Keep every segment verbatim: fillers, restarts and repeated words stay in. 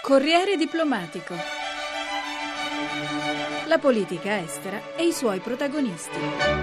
Corriere diplomatico. La politica estera e i suoi protagonisti.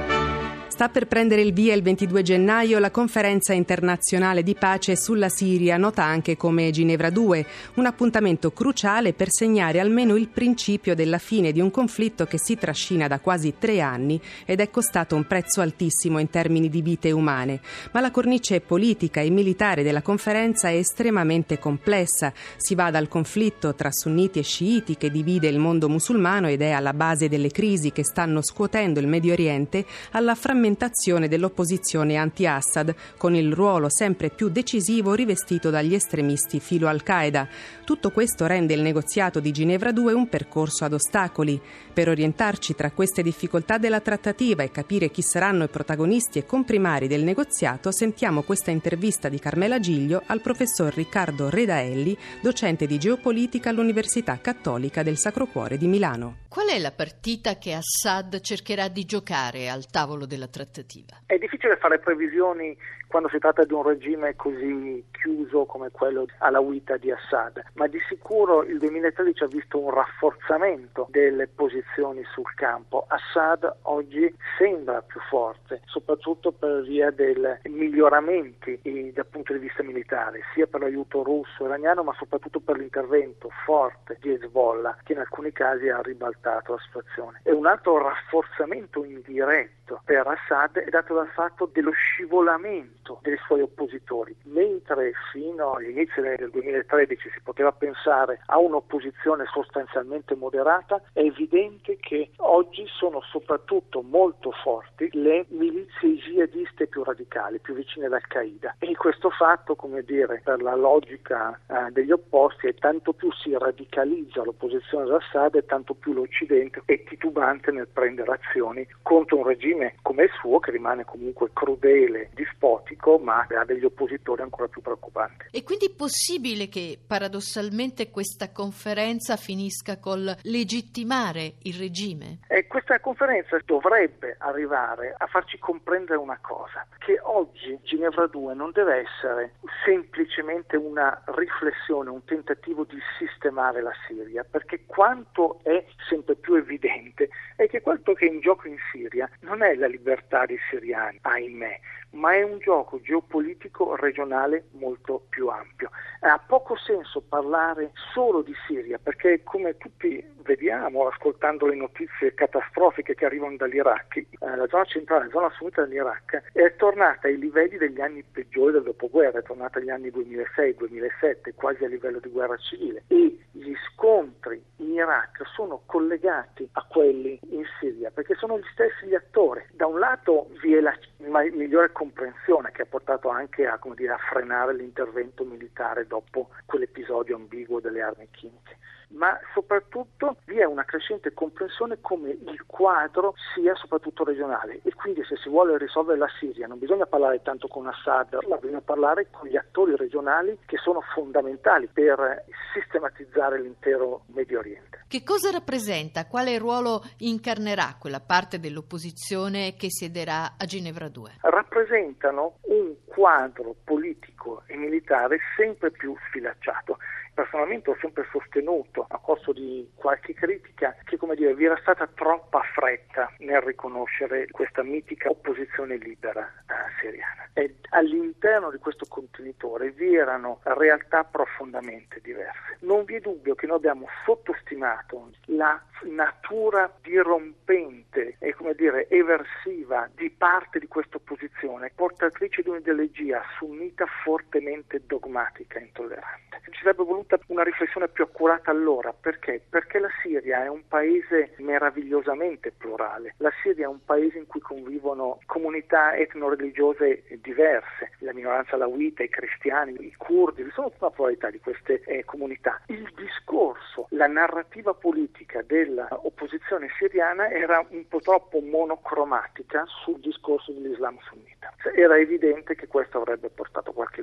Sta per prendere il via il ventidue gennaio la conferenza internazionale di pace sulla Siria, nota anche come Ginevra due, un appuntamento cruciale per segnare almeno il principio della fine di un conflitto che si trascina da quasi tre anni ed è costato un prezzo altissimo in termini di vite umane. Ma la cornice politica e militare della conferenza è estremamente complessa. Si va dal conflitto tra sunniti e sciiti che divide il mondo musulmano ed è alla base delle crisi che stanno scuotendo il Medio Oriente alla frammentazione dell'opposizione anti-Assad, con il ruolo sempre più decisivo rivestito dagli estremisti filo Al-Qaeda. Tutto questo rende il negoziato di Ginevra due un percorso ad ostacoli. Per orientarci tra queste difficoltà della trattativa e capire chi saranno i protagonisti e comprimari del negoziato, sentiamo questa intervista di Carmela Giglio al professor Riccardo Redaelli, docente di geopolitica all'Università Cattolica del Sacro Cuore di Milano. Qual è la partita che Assad cercherà di giocare al tavolo della trattativa? È difficile fare previsioni quando si tratta di un regime così chiuso come quello alawita di Assad, ma di sicuro il duemilatredici ha visto un rafforzamento delle posizioni sul campo. Assad oggi sembra più forte, soprattutto per via dei miglioramenti dal punto di vista militare, sia per l'aiuto russo e iraniano, ma soprattutto per l'intervento forte di Hezbollah, che in alcuni casi ha ribaltato la situazione. E un altro rafforzamento indiretto per Assad è dato dal fatto dello scivolamento dei suoi oppositori. Mentre fino agli inizi del duemilatredici si poteva pensare a un'opposizione sostanzialmente moderata, è evidente che oggi sono soprattutto molto forti le milizie jihadiste più radicali, più vicine all'Al-Qaeda. E questo fatto, come dire, per la logica eh, degli opposti, è tanto più si radicalizza l'opposizione ad Assad e tanto più l'Occidente è titubante nel prendere azioni contro un regime come il suo, che rimane comunque crudele, dispotico, ma ha degli oppositori ancora più preoccupanti. E quindi è possibile che paradossalmente questa conferenza finisca col legittimare il regime? E questa conferenza dovrebbe arrivare a farci comprendere una cosa, che oggi Ginevra due non deve essere semplicemente una riflessione, un tentativo di sistemare la Siria, perché quanto è sempre più evidente è che quanto che è in gioco in Siria non è la libertà dei siriani, ahimè, ma è un gioco geopolitico regionale molto più ampio. Ha poco senso parlare solo di Siria, perché come tutti vediamo ascoltando le notizie catastrofiche che arrivano dall'Iraq, eh, la zona centrale, la zona sunnita dell'Iraq è tornata ai livelli degli anni peggiori del dopoguerra, è tornata agli anni duemilasei duemilasette, quasi a livello di guerra civile, e gli scontri in Iraq sono collegati a quelli in Siria, perché sono gli stessi gli attori. Da un lato vi è la migliore comprensione che ha portato anche a, come dire, a frenare l'intervento militare dopo quell'episodio ambiguo delle armi chimiche, ma soprattutto vi è una crescente comprensione come il quadro sia soprattutto regionale, e quindi se si vuole risolvere la Siria non bisogna parlare tanto con Assad, ma bisogna parlare con gli attori regionali che sono fondamentali per sistematizzare l'intero Medio Oriente. Che cosa rappresenta? Quale ruolo incarnerà quella parte dell'opposizione che siederà a Ginevra due? Rappresentano un quadro politico e militare sempre più sfilacciato. Personalmente ho sempre sostenuto, a corso di qualche critica, che come dire vi era stata troppa fretta nel riconoscere questa mitica opposizione libera eh, siriana. E all'interno di questo contenitore vi erano realtà profondamente diverse. Non vi è dubbio che noi abbiamo sottostimato la natura dirompente e come dire eversiva di parte di questa opposizione, portatrice di un'ideologia sunnita fortemente dogmatica e intollerante. Ci sarebbe voluta una riflessione più accurata allora. Perché? Perché la Siria è un paese meravigliosamente plurale. La Siria è un paese in cui convivono comunità etno-religiose diverse, la minoranza alawita, i cristiani, i curdi, vi sono tutta una pluralità di queste eh, comunità. Il discorso, la narrativa politica dell'opposizione siriana era un po' troppo monocromatica sul discorso dell'Islam sunnita. Era evidente che questo avrebbe portato qualche guaio.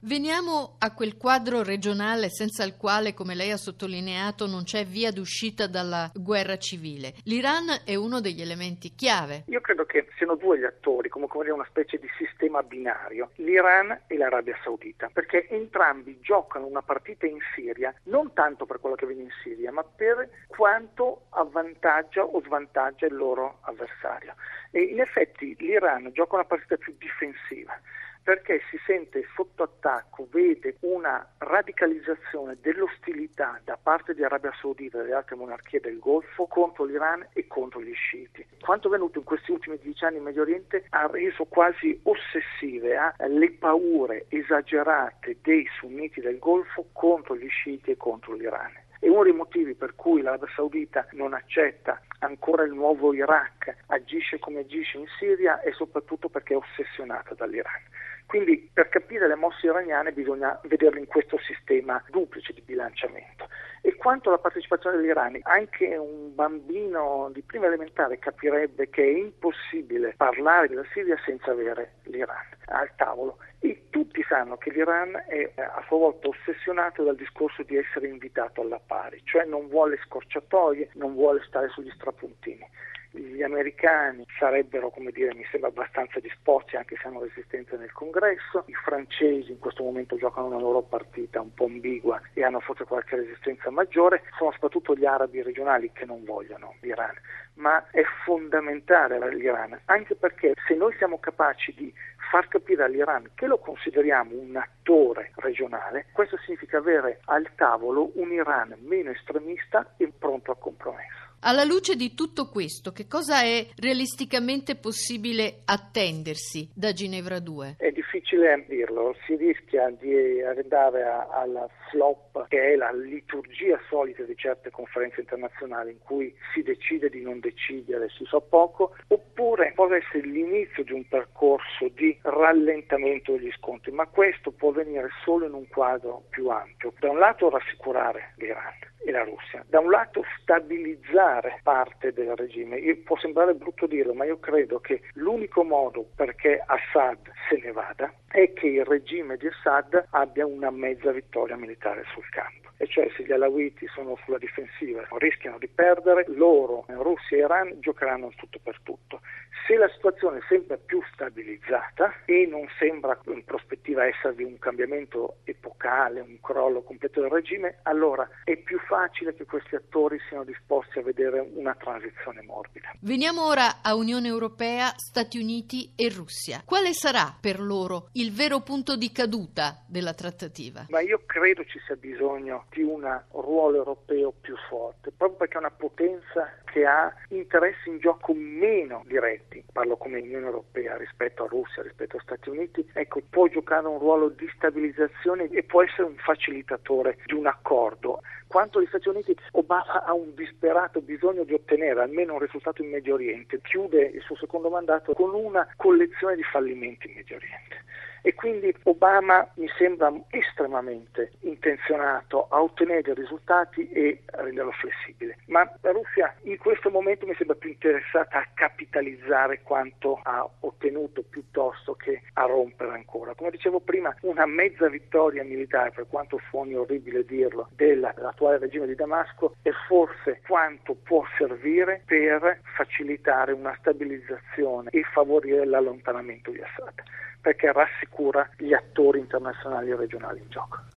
Veniamo a quel quadro regionale senza il quale, come lei ha sottolineato, non c'è via d'uscita dalla guerra civile. L'Iran è uno degli elementi chiave. Io credo che siano due gli attori, come dire una specie di sistema binario, l'Iran e l'Arabia Saudita, perché entrambi giocano una partita in Siria, non tanto per quello che avviene in Siria, ma per quanto avvantaggia o svantaggia il loro avversario. E in effetti l'Iran gioca una partita più difensiva, perché si sente sotto attacco, vede una radicalizzazione dell'ostilità da parte di Arabia Saudita e delle altre monarchie del Golfo contro l'Iran e contro gli sciiti. Quanto è venuto in questi ultimi dieci anni in Medio Oriente ha reso quasi ossessive eh, le paure esagerate dei sunniti del Golfo contro gli sciiti e contro l'Iran. E uno dei motivi per cui l'Arabia Saudita non accetta ancora il nuovo Iraq, agisce come agisce in Siria, è soprattutto perché è ossessionata dall'Iran. Quindi per capire le mosse iraniane bisogna vederle in questo sistema duplice di bilanciamento. E quanto alla partecipazione dell'Iran, anche un bambino di prima elementare capirebbe che è impossibile parlare della Siria senza avere l'Iran al tavolo. E tutti sanno che l'Iran è a sua volta ossessionato dal discorso di essere invitato alla pari, cioè non vuole scorciatoie, non vuole stare sugli strapuntini. Gli americani sarebbero, come dire, mi sembra abbastanza disposti, anche se hanno resistenza nel Congresso. I francesi in questo momento giocano una loro partita un po' ambigua e hanno forse qualche resistenza maggiore. Sono soprattutto gli arabi regionali che non vogliono l'Iran, ma è fondamentale l'Iran, anche perché se noi siamo capaci di far capire all'Iran che lo consideriamo un attore regionale, questo significa avere al tavolo un Iran meno estremista e pronto al compromesso. Alla luce di tutto questo, che cosa è realisticamente possibile attendersi da Ginevra due? È difficile dirlo, si rischia di andare alla flop, che è la liturgia solita di certe conferenze internazionali in cui si decide di non decidere, si sa poco, oppure può essere l'inizio di un percorso di rallentamento degli scontri, ma questo può avvenire solo in un quadro più ampio. Da un lato rassicurare l'Iran e la Russia, da un lato stabilizzare parte del regime. Io, può sembrare brutto dirlo, ma io credo che l'unico modo perché Assad se ne vada è che il regime di Assad abbia una mezza vittoria militare sul campo. E cioè se gli alawiti sono sulla difensiva, rischiano di perdere, loro, Russia e Iran, giocheranno il tutto per tutto. Se la situazione è sempre più stabilizzata e non sembra in prospettiva esservi un cambiamento epocale, un crollo completo del regime, allora è più facile che questi attori siano disposti a vedere una transizione morbida. Veniamo ora a Unione Europea, Stati Uniti e Russia. Quale sarà per loro il vero punto di caduta della trattativa? Ma io credo ci sia bisogno di un ruolo europeo più forte, proprio perché è una potenza che ha interessi in gioco meno diretti, parlo come Unione Europea rispetto a Russia, rispetto agli Stati Uniti, ecco, può giocare un ruolo di stabilizzazione e può essere un facilitatore di un accordo. Quanto agli Stati Uniti, Obama ha un disperato bisogno di ottenere almeno un risultato in Medio Oriente, chiude il suo secondo mandato con una collezione di fallimenti in Medio Oriente. E quindi Obama mi sembra estremamente intenzionato a ottenere dei risultati e a renderlo flessibile. Ma la Russia in questo momento mi sembra più interessata a capitalizzare quanto ha ottenuto piuttosto che a rompere ancora. Come dicevo prima, una mezza vittoria militare, per quanto suoni orribile dirlo, dell'attuale regime di Damasco è forse quanto può servire per facilitare una stabilizzazione e favorire l'allontanamento di Assad, perché rassicura gli attori internazionali e regionali in gioco.